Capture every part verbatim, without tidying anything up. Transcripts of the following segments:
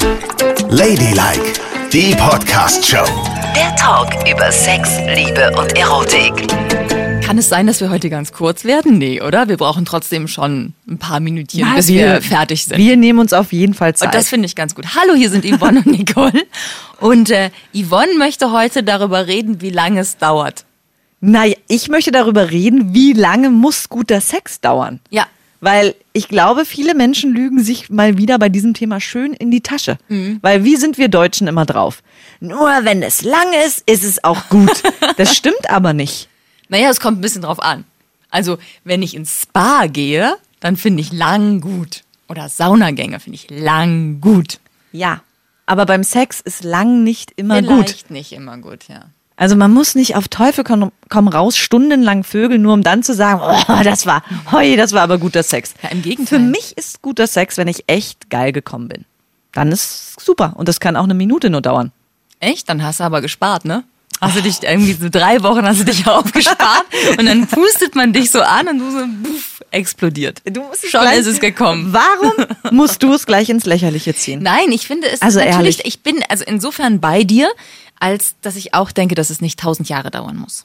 Ladylike, die Podcast-Show. Der Talk über Sex, Liebe und Erotik. Kann es sein, dass wir heute ganz kurz werden? Nee, oder? Wir brauchen trotzdem schon ein paar Minütchen, Ja, bis wir, wir fertig sind. Wir nehmen uns auf jeden Fall Zeit. Und das finde ich ganz gut. Hallo, hier sind Yvonne und Nicole. Und äh, Yvonne möchte heute darüber reden, wie lange es dauert. Naja, ich möchte darüber reden, wie lange muss guter Sex dauern. Ja. Weil ich glaube, viele Menschen lügen sich mal wieder bei diesem Thema schön in die Tasche. Mhm. Weil wie sind wir Deutschen immer drauf? Nur wenn es lang ist, ist es auch gut. Das stimmt aber nicht. Naja, es kommt ein bisschen drauf an. Also, wenn ich ins Spa gehe, dann finde ich lang gut. Oder Saunagänge finde ich lang gut. Ja, aber beim Sex ist lang nicht immer Vielleicht gut. Vielleicht nicht immer gut, ja. Also man muss nicht auf Teufel komm, komm raus stundenlang vögeln, nur um dann zu sagen, oh, das war, hoi, das war aber guter Sex. Ja, im Gegenteil. Für mich ist guter Sex, wenn ich echt geil gekommen bin. Dann ist es super und das kann auch eine Minute nur dauern. Echt? Dann hast du aber gespart, ne? Hast du dich irgendwie so drei Wochen hast du dich aufgespart und dann pustet man dich so an und du so puff, explodiert. Du musst Schon gleich, ist es gekommen. Warum musst du es gleich ins Lächerliche ziehen? Nein, ich finde es Also natürlich, ehrlich. ich bin also insofern bei dir, als dass ich auch denke, dass es nicht tausend Jahre dauern muss.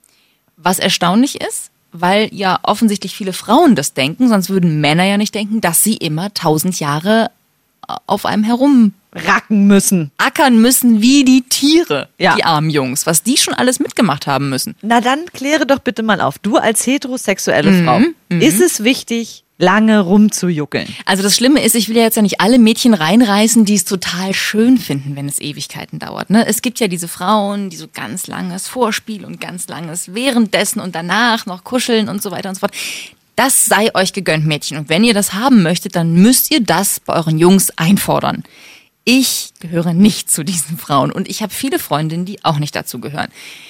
Was erstaunlich ist, weil ja offensichtlich viele Frauen das denken, sonst würden Männer ja nicht denken, dass sie immer tausend Jahre auf einem herum Racken müssen. ackern müssen wie die Tiere, Ja. die armen Jungs, was die schon alles mitgemacht haben müssen. Na dann kläre doch bitte mal auf. Du als heterosexuelle Frau, ist es wichtig, lange rumzujuckeln? Also das Schlimme ist, ich will ja jetzt ja nicht alle Mädchen reinreißen, die es total schön finden, wenn es Ewigkeiten dauert. Ne? Es gibt ja diese Frauen, die so ganz langes Vorspiel und ganz langes währenddessen und danach noch kuscheln und so weiter und so fort. Das sei euch gegönnt, Mädchen. Und wenn ihr das haben möchtet, dann müsst ihr das bei euren Jungs einfordern. Ich gehöre nicht zu diesen Frauen und ich habe viele Freundinnen, die auch nicht dazu gehören.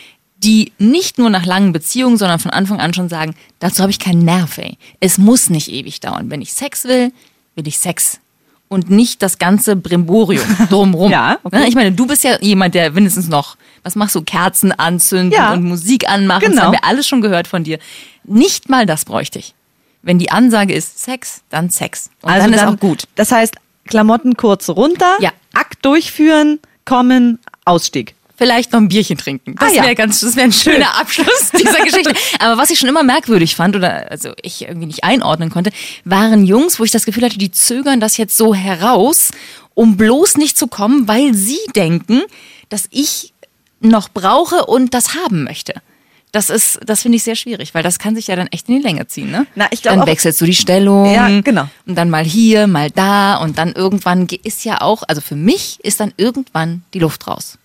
Die nicht nur nach langen Beziehungen, sondern von Anfang an schon sagen, dazu habe ich keinen Nerv, ey. Es muss nicht ewig dauern. Wenn ich Sex will, will ich Sex. Und nicht das ganze Brimborium drumrum. Ja, okay. Ich meine, du bist ja jemand, der mindestens noch, was machst du, Kerzen anzünden Ja. und Musik anmachen. Genau. Das haben wir alles schon gehört von dir. Nicht mal das bräuchte ich. Wenn die Ansage ist Sex, dann Sex. Und Also dann ist auch gut. Das heißt, Klamotten kurz runter, Ja. Akt durchführen, kommen, Ausstieg. Vielleicht noch ein Bierchen trinken. Das Ah, ja. wäre ganz, das wäre ein schöner Abschluss dieser Geschichte. Aber was ich schon immer merkwürdig fand oder also ich irgendwie nicht einordnen konnte, waren Jungs, wo ich das Gefühl hatte, die zögern das jetzt so heraus, um bloß nicht zu kommen, weil sie denken, dass ich noch brauche und das haben möchte. Das ist, das finde ich sehr schwierig, weil das kann sich ja dann echt in die Länge ziehen, ne? Na, ich glaub dann auch- wechselst du die Stellung. Ja, genau. Und dann mal hier, mal da und dann irgendwann ist ja auch, also für mich ist dann irgendwann die Luft raus.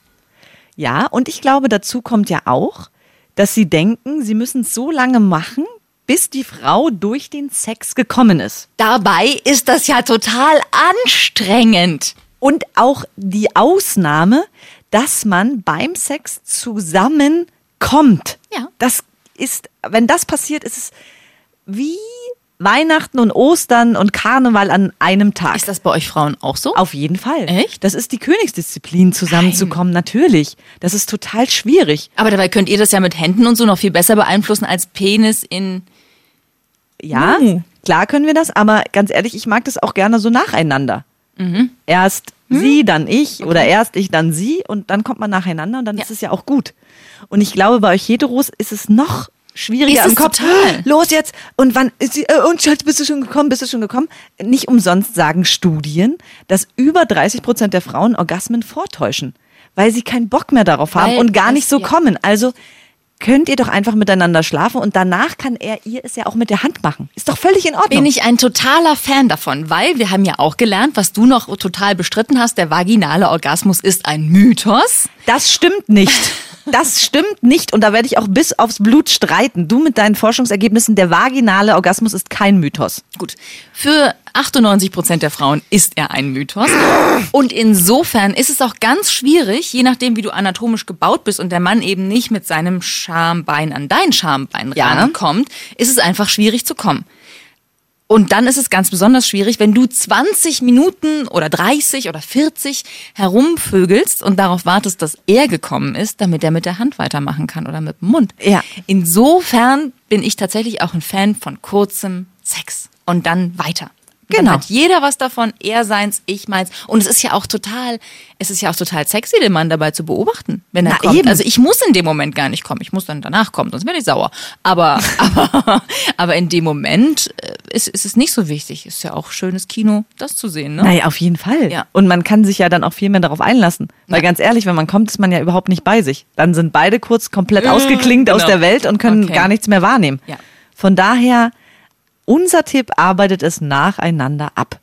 Ja, und ich glaube, dazu kommt ja auch, dass sie denken, sie müssen es so lange machen, bis die Frau durch den Sex gekommen ist. Dabei ist das ja total anstrengend. Und auch die Ausnahme, dass man beim Sex zusammenkommt. Ja. Das ist, wenn das passiert, ist es wie Weihnachten und Ostern und Karneval an einem Tag. Ist das bei euch Frauen auch so? Auf jeden Fall. Echt? Das ist die Königsdisziplin, zusammenzukommen, natürlich. Das ist total schwierig. Aber dabei könnt ihr das ja mit Händen und so noch viel besser beeinflussen als Penis in... Ja, Uh. klar können wir das, aber ganz ehrlich, ich mag das auch gerne so nacheinander. Mhm. Erst sie, dann ich oder erst ich, dann sie und dann kommt man nacheinander und dann Ja. ist es ja auch gut. Und ich glaube, bei euch Heteros ist es noch schwieriger Ist im es Kopf. total. Los jetzt! Und wann ist sie, äh, und Schatz, bist du schon gekommen? Bist du schon gekommen? Nicht umsonst sagen Studien, dass über dreißig Prozent der Frauen Orgasmen vortäuschen, weil sie keinen Bock mehr darauf haben Weil und gar das- nicht so ja. kommen. Also könnt ihr doch einfach miteinander schlafen und danach kann er ihr es ja auch mit der Hand machen. Ist doch völlig in Ordnung. Bin ich ein totaler Fan davon, weil wir haben ja auch gelernt, was du noch total bestritten hast, der vaginale Orgasmus ist ein Mythos. Das stimmt nicht. Das stimmt nicht und da werde ich auch bis aufs Blut streiten. Du mit deinen Forschungsergebnissen, der vaginale Orgasmus ist kein Mythos. Gut, für achtundneunzig Prozent der Frauen ist er ein Mythos. Und insofern ist es auch ganz schwierig, je nachdem, wie du anatomisch gebaut bist und der Mann eben nicht mit seinem Schambein an dein Schambein Ja. rankommt, ist es einfach schwierig zu kommen. Und dann ist es ganz besonders schwierig, wenn du zwanzig Minuten oder dreißig oder vierzig herumvögelst und darauf wartest, dass er gekommen ist, damit er mit der Hand weitermachen kann oder mit dem Mund. Ja. Insofern bin ich tatsächlich auch ein Fan von kurzem Sex und dann weiter. Und Genau. Dann hat jeder was davon, er seins, ich meins. Und es ist ja auch total, es ist ja auch total sexy, den Mann dabei zu beobachten, wenn er Na, kommt. eben. Also ich muss in dem Moment gar nicht kommen, ich muss dann danach kommen, sonst werde ich sauer. Aber, aber, aber in dem Moment äh, ist, ist es nicht so wichtig. Ist ja auch schönes Kino, das zu sehen, ne? Naja, auf jeden Fall. Ja. Und man kann sich ja dann auch viel mehr darauf einlassen. Weil ganz ehrlich, wenn man kommt, ist man ja überhaupt nicht bei sich. Dann sind beide kurz komplett ausgeklingt genau. aus der Welt und können Okay. gar nichts mehr wahrnehmen. Ja. Von daher, unser Tipp, arbeitet es nacheinander ab.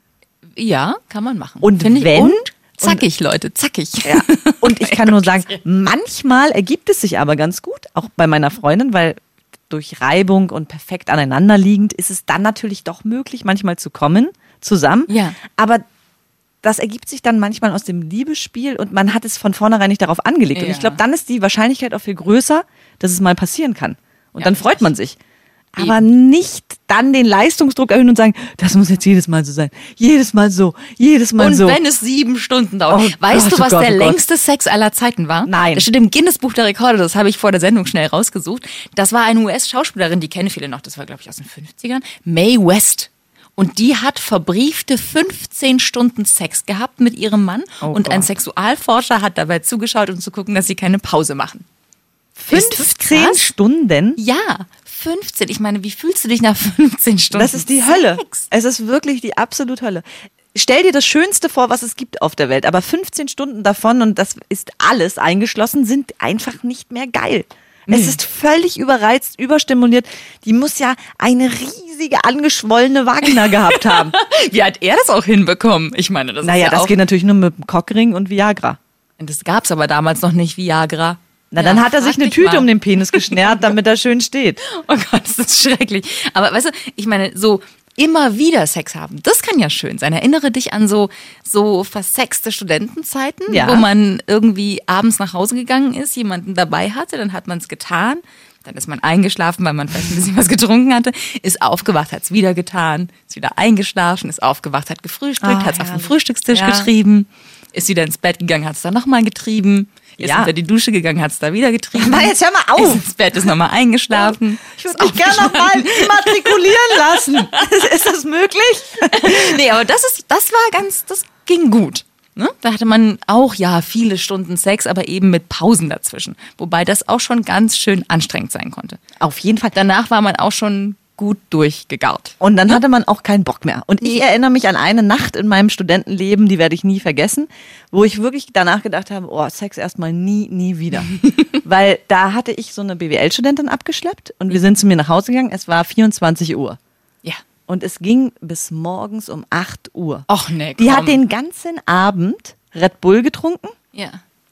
Ja, kann man machen. Und Find ich, wenn- und zackig, Leute, zackig. Ja. Und ich kann nur sagen, manchmal ergibt es sich aber ganz gut, auch bei meiner Freundin, weil durch Reibung und perfekt aneinanderliegend ist es dann natürlich doch möglich, manchmal zu kommen, zusammen. Ja. Aber das ergibt sich dann manchmal aus dem Liebesspiel und man hat es von vornherein nicht darauf angelegt. Und Ja. ich glaube, dann ist die Wahrscheinlichkeit auch viel größer, dass es mal passieren kann. Und Ja, dann freut man sich. Aber nicht dann den Leistungsdruck erhöhen und sagen, das muss jetzt jedes Mal so sein. Jedes Mal so, jedes Mal Und so. wenn es sieben Stunden dauert. Oh weißt Gott, du, was oh Gott, der oh Gott. längste Sex aller Zeiten war? Nein. Das steht im Guinness-Buch der Rekorde, das habe ich vor der Sendung schnell rausgesucht. Das war eine U S-Schauspielerin, die kennen viele noch, das war, glaube ich, aus den fünfzigern. Mae West. Und die hat verbriefte fünfzehn Stunden Sex gehabt mit ihrem Mann. Oh und ein Gott. Sexualforscher hat dabei zugeschaut, um zu gucken, dass sie keine Pause machen. Ist das fünfzehn krass? Stunden? Ja, fünfzehn. Ich meine, wie fühlst du dich nach fünfzehn Stunden Das ist die Hölle. Sex? Es ist wirklich die absolute Hölle. Stell dir das Schönste vor, was es gibt auf der Welt, aber fünfzehn Stunden davon, und das ist alles eingeschlossen, sind einfach nicht mehr geil. Es ist völlig überreizt, überstimuliert. Die muss ja eine riesige, angeschwollene Vagina gehabt haben. Wie hat er das auch hinbekommen? Ich meine, das Naja, ist ja das auch... geht natürlich nur mit dem Cockring und Viagra. Das gab's aber damals noch nicht, Viagra. Na, dann Ja, hat er sich frag eine dich Tüte mal. um den Penis geschnärt, damit er schön steht. Oh Gott, das ist schrecklich. Aber weißt du, ich meine, so immer wieder Sex haben, das kann ja schön sein. Erinnere dich an so, so versexte Studentenzeiten, Ja. wo man irgendwie abends nach Hause gegangen ist, jemanden dabei hatte, dann hat man es getan. Dann ist man eingeschlafen, weil man vielleicht ein bisschen was getrunken hatte, ist aufgewacht, hat es wieder getan, ist wieder eingeschlafen, ist aufgewacht, hat gefrühstückt, Ah, hat es auf den herrlich. Frühstückstisch Ja. getrieben, ist wieder ins Bett gegangen, hat es dann nochmal getrieben, ist Ja. unter die Dusche gegangen, hat es da wieder getrieben. Mann, jetzt hör mal auf. Ist ins Bett, ist nochmal eingeschlafen. Ich würde mich gerne noch mal immatrikulieren lassen. Ist das möglich? Nee, aber das ist, das war ganz, das ging gut. Ne? Da hatte man auch, ja, viele Stunden Sex, aber eben mit Pausen dazwischen. Wobei das auch schon ganz schön anstrengend sein konnte. Auf jeden Fall. Danach war man auch schon gut durchgegart. Und dann hatte man auch keinen Bock mehr. Und ich erinnere mich an eine Nacht in meinem Studentenleben, die werde ich nie vergessen, wo ich wirklich danach gedacht habe, oh, Sex erstmal nie, nie wieder. Weil da hatte ich so eine B W L-Studentin abgeschleppt und wir sind zu mir nach Hause gegangen. Es war vierundzwanzig Uhr. Ja. Und es ging bis morgens um acht Uhr. Och nee, Die komm. hat den ganzen Abend Red Bull getrunken, Ja.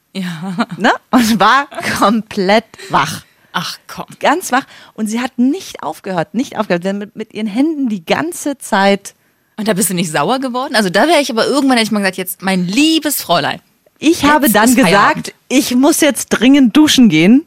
Ja. ne? Und war komplett wach. Ach komm. Ganz wach. Und sie hat nicht aufgehört, nicht aufgehört. Sie hat mit, mit ihren Händen die ganze Zeit. Und da bist du nicht sauer geworden? Also da wäre ich aber irgendwann, hätte ich mal gesagt, jetzt mein liebes Fräulein. Ich Jetzt habe dann ist gesagt, Feierabend. ich muss jetzt dringend duschen gehen,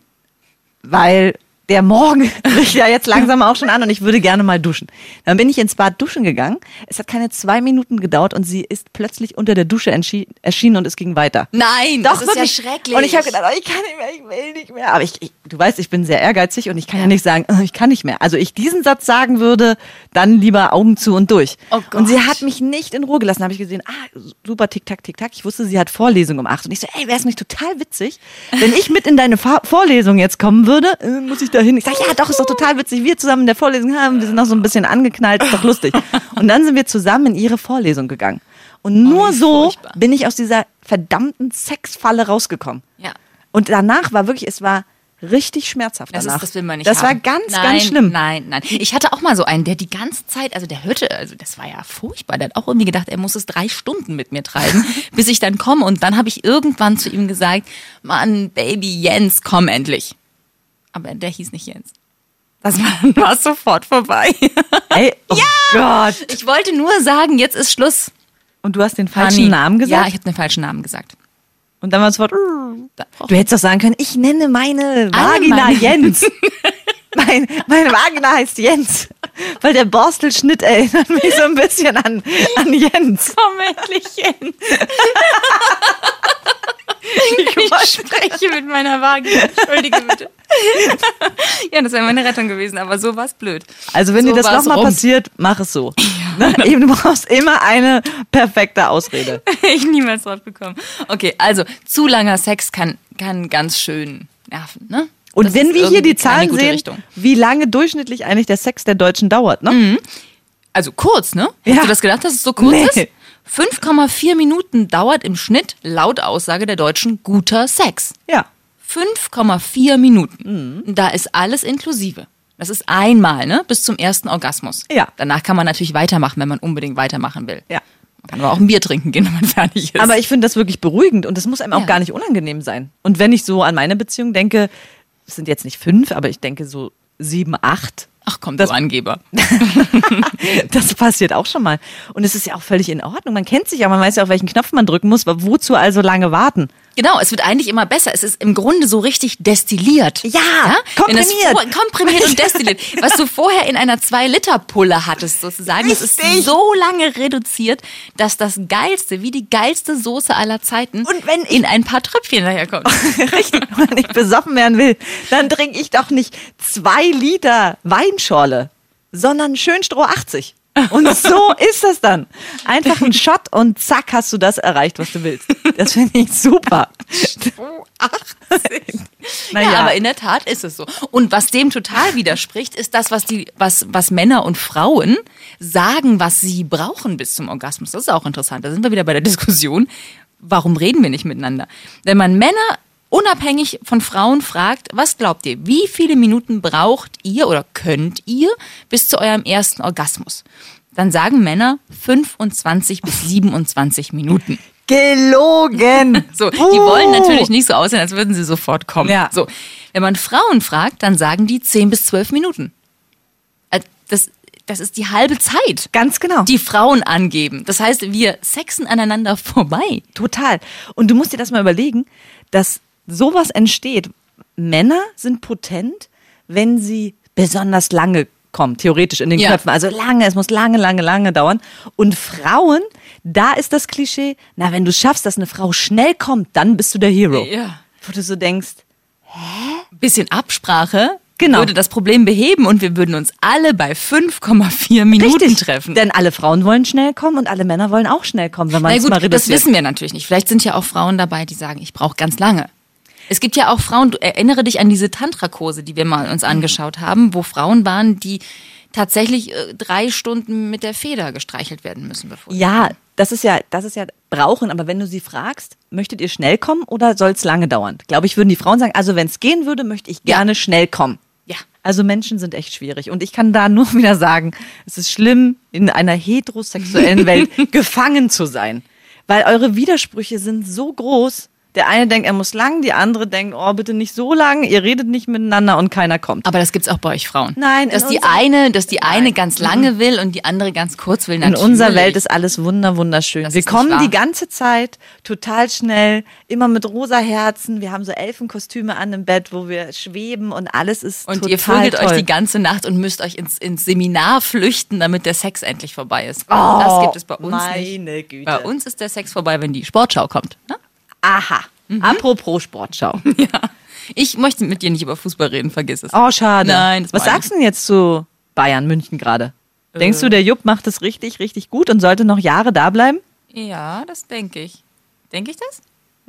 weil der Morgen bricht ja jetzt langsam auch schon an und ich würde gerne mal duschen. Dann bin ich ins Bad duschen gegangen. Es hat keine zwei Minuten gedauert und sie ist plötzlich unter der Dusche entschi- erschienen und es ging weiter. Nein, Doch, das wirklich. ist ja schrecklich. Und ich habe gedacht, oh, ich kann nicht mehr, ich will nicht mehr. Aber ich, ich, du weißt, ich bin sehr ehrgeizig und ich kann ja, nicht sagen, oh, ich kann nicht mehr. Also ich diesen Satz sagen würde, dann lieber Augen zu und durch. Oh Gott. Und sie hat mich nicht in Ruhe gelassen. Da habe ich gesehen, ah, super, tick, tack, tick, tack. Ich wusste, sie hat Vorlesung um acht. Und ich so, ey, wäre es nicht total witzig, wenn ich mit in deine Fa- Vorlesung jetzt kommen würde? Äh, muss ich da hin? Ich sage, ja, doch, ist doch total witzig. Wir zusammen in der Vorlesung haben, wir sind noch so ein bisschen angeknallt, ist doch lustig. Und dann sind wir zusammen in ihre Vorlesung gegangen. Und nur Oh, wie so furchtbar. bin ich aus dieser verdammten Sexfalle rausgekommen. Ja. Und danach war wirklich, es war richtig schmerzhaft Das, danach. ist, das will man nicht Das haben. war ganz, nein, ganz schlimm. Nein, nein. Ich hatte auch mal so einen, der die ganze Zeit, also der hörte, also das war ja furchtbar, der hat auch irgendwie gedacht, er muss es drei Stunden mit mir treiben, bis ich dann komme. Und dann habe ich irgendwann zu ihm gesagt, Mann, Baby Jens, komm endlich. Aber der hieß nicht Jens. Das war, war sofort vorbei. Ey, oh Gott. Ich wollte nur sagen, jetzt ist Schluss. Und du hast den falschen Honey. Namen gesagt? Ja, ich habe den falschen Namen gesagt. Und dann war es sofort, Da- du hättest doch sagen können, ich nenne meine Alle Vagina meine- Jens. Mein, meine Vagina heißt Jens. Weil der Borstelschnitt erinnert mich so ein bisschen an, an Jens. Komm endlich Jens. Ich spreche mit meiner Vagina. Entschuldige bitte. Ja, das wäre meine Rettung gewesen, aber so war's blöd. Also wenn so dir das war's nochmal rum. passiert, mach es so. Ne? Eben, du brauchst immer eine perfekte Ausrede. Ich niemals drauf gekommen. Okay, also zu langer Sex kann, kann ganz schön nerven, ne? Und Das wenn ist wir hier irgendwie die keine Zahlen gute sehen, Richtung. wie lange durchschnittlich eigentlich der Sex der Deutschen dauert, ne? Also kurz, ne? Ja. Hast du das gedacht, dass es so kurz Nee. ist? fünf Komma vier Minuten dauert im Schnitt, laut Aussage der Deutschen, guter Sex. Ja. fünf Komma vier Minuten. Mhm. Da ist alles inklusive. Das ist einmal, ne? Bis zum ersten Orgasmus. Ja. Danach kann man natürlich weitermachen, wenn man unbedingt weitermachen will. Ja. Man kann aber auch ein Bier trinken gehen, wenn man fertig ist. Aber ich finde das wirklich beruhigend und das muss einem auch Ja. gar nicht unangenehm sein. Und wenn ich so an meine Beziehung denke, es sind jetzt nicht fünf, aber ich denke so sieben, acht. Ach komm, das- du Angeber. Das passiert auch schon mal. Und es ist ja auch völlig in Ordnung. Man kennt sich ja, man weiß ja auch, welchen Knopf man drücken muss. Aber wozu also lange warten? Genau, es wird eigentlich immer besser. Es ist im Grunde so richtig destilliert. Ja, Wenn das komprimiert. vor- komprimiert und destilliert. Was du vorher in einer zwei Liter Pulle hattest, sozusagen. Das ist Richtig. so lange reduziert, dass das Geilste, wie die geilste Soße aller Zeiten, Und wenn ich- in ein paar Tröpfchen daherkommt. Richtig, wenn ich besoffen werden will, dann trinke ich doch nicht zwei Liter Weinschorle, sondern schön Stroh achtzig. Und so ist das dann. Einfach ein Shot und zack hast du das erreicht, was du willst. Das finde ich super. Naja, Ja, aber in der Tat ist es so. Und was dem total widerspricht, ist das, was die, was, was Männer und Frauen sagen, was sie brauchen bis zum Orgasmus. Das ist auch interessant. Da sind wir wieder bei der Diskussion. Warum reden wir nicht miteinander? Wenn man Männer unabhängig von Frauen fragt, was glaubt ihr, wie viele Minuten braucht ihr oder könnt ihr bis zu eurem ersten Orgasmus? Dann sagen Männer fünfundzwanzig bis siebenundzwanzig Minuten. gelogen. So, die Puh. wollen natürlich nicht so aussehen, als würden sie sofort kommen. Ja. So, wenn man Frauen fragt, dann sagen die zehn bis zwölf Minuten. Äh, Das, das ist die halbe Zeit, Ganz genau. die Frauen angeben. Das heißt, wir sexen aneinander vorbei. Total. Und du musst dir das mal überlegen, dass sowas entsteht. Männer sind potent, wenn sie besonders lange kommen, theoretisch in den Ja. Köpfen. Also lange, es muss lange, lange, lange dauern. Und Frauen, da ist das Klischee, na, wenn du schaffst, dass eine Frau schnell kommt, dann bist du der Hero. Ja. Wo du so denkst, Bisschen Absprache Genau. würde das Problem beheben und wir würden uns alle bei fünf Komma vier Minuten richtig, treffen. denn alle Frauen wollen schnell kommen und alle Männer wollen auch schnell kommen, wenn man Na es gut, mal das reduziert. wissen wir natürlich nicht. Vielleicht sind ja auch Frauen dabei, die sagen, ich brauche ganz lange. Es gibt ja auch Frauen, du erinnere dich an diese Tantra-Kurse, die wir mal uns angeschaut haben, wo Frauen waren, die tatsächlich äh, drei Stunden mit der Feder gestreichelt werden müssen. Bevor sie Ja, das ist ja, das ist ja brauchen, aber wenn du sie fragst, möchtet ihr schnell kommen oder soll es lange dauern? Glaube ich, würden die Frauen sagen, also wenn es gehen würde, möchte ich Ja. gerne schnell kommen. Ja. Also Menschen sind echt schwierig und ich kann da nur wieder sagen, es ist schlimm, in einer heterosexuellen Welt gefangen zu sein, weil eure Widersprüche sind so groß. Der eine denkt, er muss lang, die andere denkt, oh, bitte nicht so lang, ihr redet nicht miteinander und keiner kommt. Aber das gibt's auch bei euch Frauen. Nein, in dass die unserer- eine, dass die eine ganz lange will und die andere ganz kurz will. In Natürlich. unserer Welt ist alles wunder, wunderschön. Das Wir ist nicht kommen wahr. die ganze Zeit total schnell, immer mit rosa Herzen. Wir haben so Elfenkostüme an im Bett, wo wir schweben und alles ist und total ihr vögelt toll. euch die ganze Nacht und müsst euch ins, ins Seminar flüchten, damit der Sex endlich vorbei ist. Oh, das gibt es bei uns meine nicht. Güte. Bei uns ist der Sex vorbei, wenn die Sportschau kommt. Ne? Aha. Mhm. Apropos Sportschau. Ich möchte mit dir nicht über Fußball reden, vergiss es. Oh, schade. Nein, das Was meine sagst du denn jetzt zu Bayern München gerade? Denkst Äh. du, der Jupp macht es richtig, richtig gut und sollte noch Jahre da bleiben? Ja, das denke ich. Denke ich das?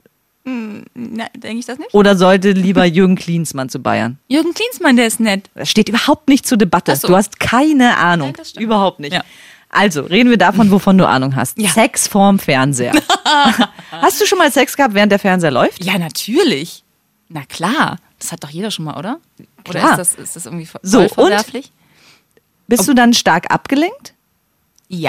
Hm, na, denke ich das nicht? Oder sollte lieber Jürgen Klinsmann zu Bayern? Jürgen Klinsmann, der ist nett. Das steht überhaupt nicht zur Debatte. Ach so. Du hast keine Ahnung. Nein, das stimmt. Überhaupt nicht. Ja. Also, reden wir davon, wovon du Ahnung hast. Ja. Sex vorm Fernseher. Hast du schon mal Sex gehabt, während der Fernseher läuft? Ja, natürlich. Na klar. Das hat doch jeder schon mal, oder? Oder Klar. ist das, ist das irgendwie voll So, und? verwerflich? Bist du dann stark abgelenkt? Ja.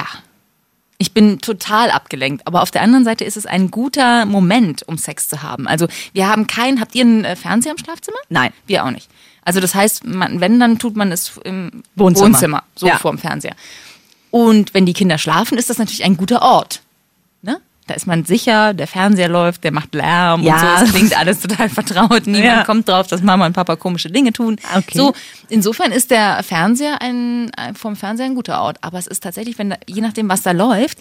Ich bin total abgelenkt, aber auf der anderen Seite ist es ein guter Moment, um Sex zu haben. Also wir haben keinen, habt ihr einen äh, Fernseher im Schlafzimmer? Nein. Wir auch nicht. Also das heißt, man, wenn, dann tut man es im Wohnzimmer. Wohnzimmer, so Ja. vorm Fernseher. Und wenn die Kinder schlafen, ist das natürlich ein guter Ort. Ne? Da ist man sicher, der Fernseher läuft, der macht Lärm Ja. und so. Es klingt alles total vertraut. Niemand Ja. kommt drauf, dass Mama und Papa komische Dinge tun. Okay. So, insofern ist der Fernseher ein, ein vom Fernseher ein guter Ort. Aber es ist tatsächlich, wenn da, je nachdem, was da läuft,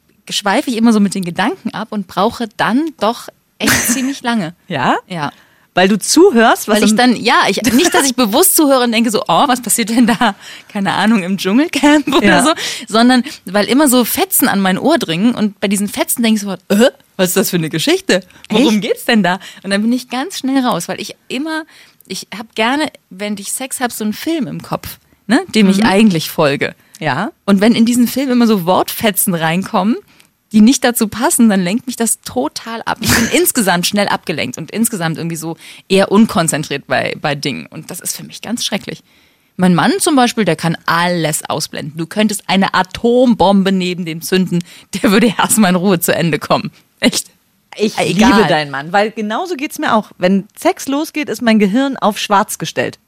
schweife ich immer so mit den Gedanken ab und brauche dann doch echt ziemlich lange. Ja? Ja. Weil du zuhörst, was Weil ich im- dann, ja, ich, nicht, dass ich bewusst zuhöre und denke so, oh, was passiert denn da? Keine Ahnung, im Dschungelcamp oder Ja. so. Sondern, weil immer so Fetzen an mein Ohr dringen und bei diesen Fetzen denke ich so, äh, was ist das für eine Geschichte? Worum Echt? geht's denn da? Und dann bin ich ganz schnell raus, weil ich immer, ich habe gerne, wenn ich Sex habe, so einen Film im Kopf, ne, dem ich eigentlich folge. Ja. Und wenn in diesen Film immer so Wortfetzen reinkommen, die nicht dazu passen, dann lenkt mich das total ab. Ich bin insgesamt schnell abgelenkt und insgesamt irgendwie so eher unkonzentriert bei, bei Dingen. Und das ist für mich ganz schrecklich. Mein Mann zum Beispiel, der kann alles ausblenden. Du könntest eine Atombombe neben dem zünden, der würde erstmal in Ruhe zu Ende kommen. Echt. Ich Egal. liebe deinen Mann, weil genauso geht's mir auch. Wenn Sex losgeht, ist mein Gehirn auf schwarz gestellt.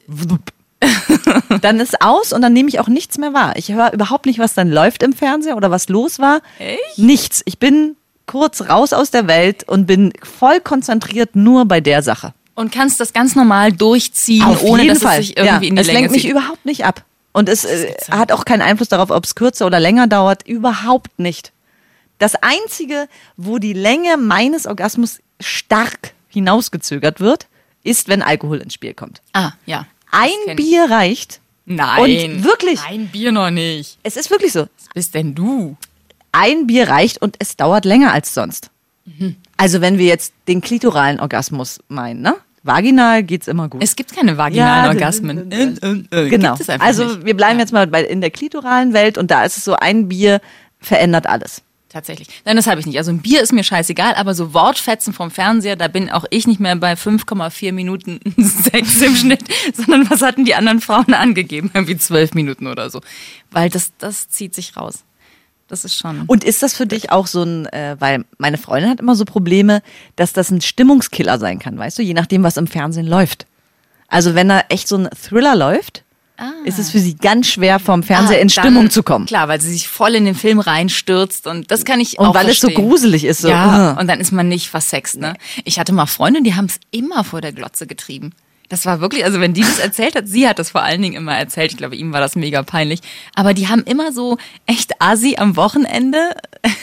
Dann ist aus und dann nehme ich auch nichts mehr wahr. Ich höre überhaupt nicht, was dann läuft im Fernseher oder was los war. Echt? Nichts. Ich bin kurz raus aus der Welt und bin voll konzentriert nur bei der Sache. Und kannst das ganz normal durchziehen, Auf ohne jeden dass Fall. es sich irgendwie ja, in die es Länge lenkt mich zieht. überhaupt nicht ab. Und es äh, hat auch keinen Einfluss darauf, ob es kürzer oder länger dauert. Überhaupt nicht. Das Einzige, wo die Länge meines Orgasmus stark hinausgezögert wird, ist, wenn Alkohol ins Spiel kommt. Ah, ja. Ein kenn ich. Bier reicht. Nein. Und wirklich. Ein Bier noch nicht. Es ist wirklich so. Was bist denn du? Ein Bier reicht und es dauert länger als sonst. Also wenn wir jetzt den klitoralen Orgasmus meinen, ne? Vaginal geht's immer gut. Es gibt keine vaginalen Ja, Orgasmen. Äh, äh, äh, genau. Gibt es einfach Also nicht. wir bleiben Ja. jetzt mal bei, in der klitoralen Welt und da ist es so, ein Bier verändert alles. Tatsächlich. Nein, das habe ich nicht. Also ein Bier ist mir scheißegal, aber so Wortfetzen vom Fernseher, da bin auch ich nicht mehr bei fünf Komma vier Minuten Sex im Schnitt, sondern was hatten die anderen Frauen angegeben? Irgendwie zwölf Minuten oder so. Weil das, das zieht sich raus. Das ist schon... Und ist das für dich auch so ein, äh, weil meine Freundin hat immer so Probleme, dass das ein Stimmungskiller sein kann, weißt du, je nachdem, was im Fernsehen läuft. Also wenn da echt so ein Thriller läuft, ist es für sie ganz schwer, vom Fernseher Ah, in dann- Stimmung zu kommen. Klar, weil sie sich voll in den Film reinstürzt und das kann ich Und auch weil es so verstehen. gruselig ist. So, Ja, uh. und dann ist man nicht versext, ne? Ich hatte mal Freunde, die haben es immer vor der Glotze getrieben. Das war wirklich, also wenn die das erzählt hat, sie hat das vor allen Dingen immer erzählt, ich glaube, ihm war das mega peinlich, aber die haben immer so echt assi am Wochenende,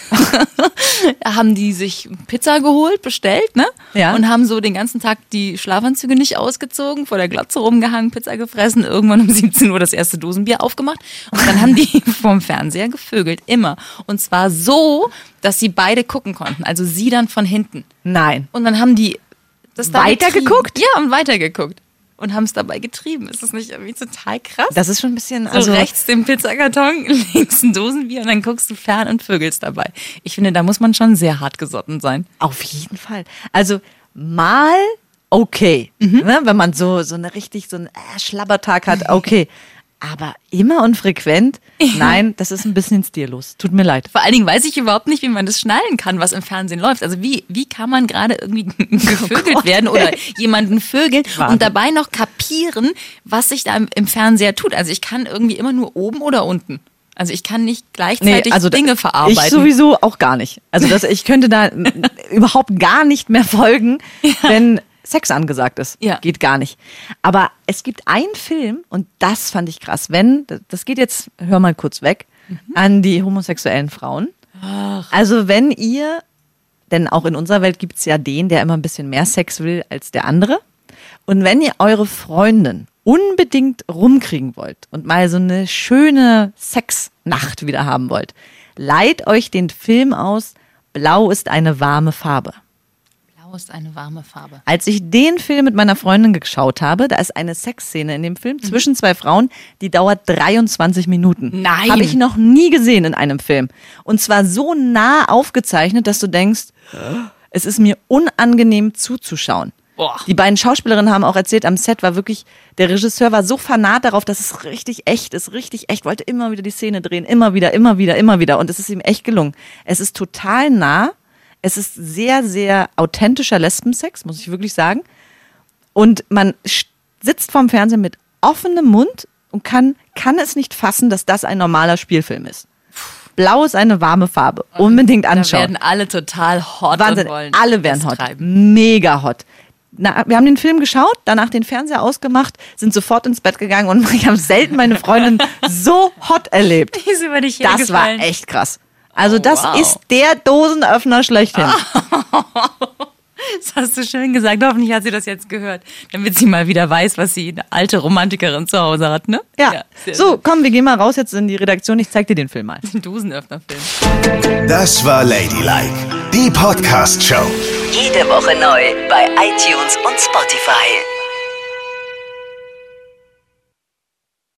da haben die sich Pizza geholt, bestellt, ne? Ja. Und haben so den ganzen Tag die Schlafanzüge nicht ausgezogen, vor der Glotze rumgehangen, Pizza gefressen, irgendwann um siebzehn Uhr das erste Dosenbier aufgemacht und dann haben die vorm Fernseher gevögelt, immer. Und zwar so, dass sie beide gucken konnten, also sie dann von hinten. Nein. Und dann haben die das da Weitergeguckt? getrieben. Ja, und weitergeguckt. Und haben es dabei getrieben. Ist das nicht irgendwie total krass? Das ist schon ein bisschen, so also rechts den Pizzakarton, links ein Dosenbier und dann guckst du fern und vögelst dabei. Ich finde, da muss man schon sehr hart gesotten sein. auf jeden Fall. Also mal okay, Mhm. ne, wenn man so so eine richtig so einen äh, Schlabbertag hat, okay. Aber immer und frequent, nein, das ist ein bisschen stillos. Tut mir leid. Vor allen Dingen weiß ich überhaupt nicht, wie man das schnallen kann, was im Fernsehen läuft. Also wie, wie kann man gerade irgendwie gevögelt Gott, werden oder ey. jemanden vögeln Wahnsinn. und dabei noch kapieren, was sich da im, im Fernseher tut. Also ich kann irgendwie immer nur oben oder unten. Also ich kann nicht gleichzeitig da- Dinge verarbeiten. Ich sowieso auch gar nicht. Also das, ich könnte da n- überhaupt gar nicht mehr folgen, wenn Sex angesagt ist. Ja. Geht gar nicht. Aber es gibt einen Film, und das fand ich krass, wenn, das geht jetzt, hör mal kurz weg, Mhm. an die homosexuellen Frauen. Also wenn ihr, denn auch in unserer Welt gibt's ja den, der immer ein bisschen mehr Sex will als der andere. Und wenn ihr eure Freundin unbedingt rumkriegen wollt und mal so eine schöne Sexnacht wieder haben wollt, leiht euch den Film aus, Blau ist eine warme Farbe. Blau ist eine warme Farbe. Als ich den Film mit meiner Freundin geschaut habe, da ist eine Sexszene in dem Film zwischen zwei Frauen, die dauert dreiundzwanzig Minuten. Nein. Habe ich noch nie gesehen in einem Film. Und zwar so nah aufgezeichnet, dass du denkst, es ist mir unangenehm zuzuschauen. Boah. Die beiden Schauspielerinnen haben auch erzählt, am Set war wirklich, der Regisseur war so fanat darauf, dass es richtig echt ist, richtig echt, wollte immer wieder die Szene drehen, immer wieder, immer wieder, immer wieder. Und es ist ihm echt gelungen. Es ist total nah. Es ist sehr, sehr authentischer Lesbensex, muss ich wirklich sagen. Und man sch- sitzt vorm Fernsehen mit offenem Mund und kann, kann es nicht fassen, dass das ein normaler Spielfilm ist. Blau ist eine warme Farbe. Unbedingt Da anschauen. werden alle total hot Wahnsinn, und wollen alle werden das hot. treiben. Mega hot. Na, wir haben den Film geschaut, danach den Fernseher ausgemacht, sind sofort ins Bett gegangen und ich habe selten meine Freundin so hot erlebt. Die ist über dich Das war hergefallen. echt krass. Also Oh, das wow. ist der Dosenöffner schlechthin. Das hast du schön gesagt. Hoffentlich hat sie das jetzt gehört, damit sie mal wieder weiß, was sie, eine alte Romantikerin zu Hause hat, ne? Ja. ja so, komm, wir gehen mal raus jetzt in die Redaktion. Ich zeig dir den Film mal. Den Dosenöffner-Film. Das war Ladylike, die Podcast-Show. Jede Woche neu bei iTunes und Spotify.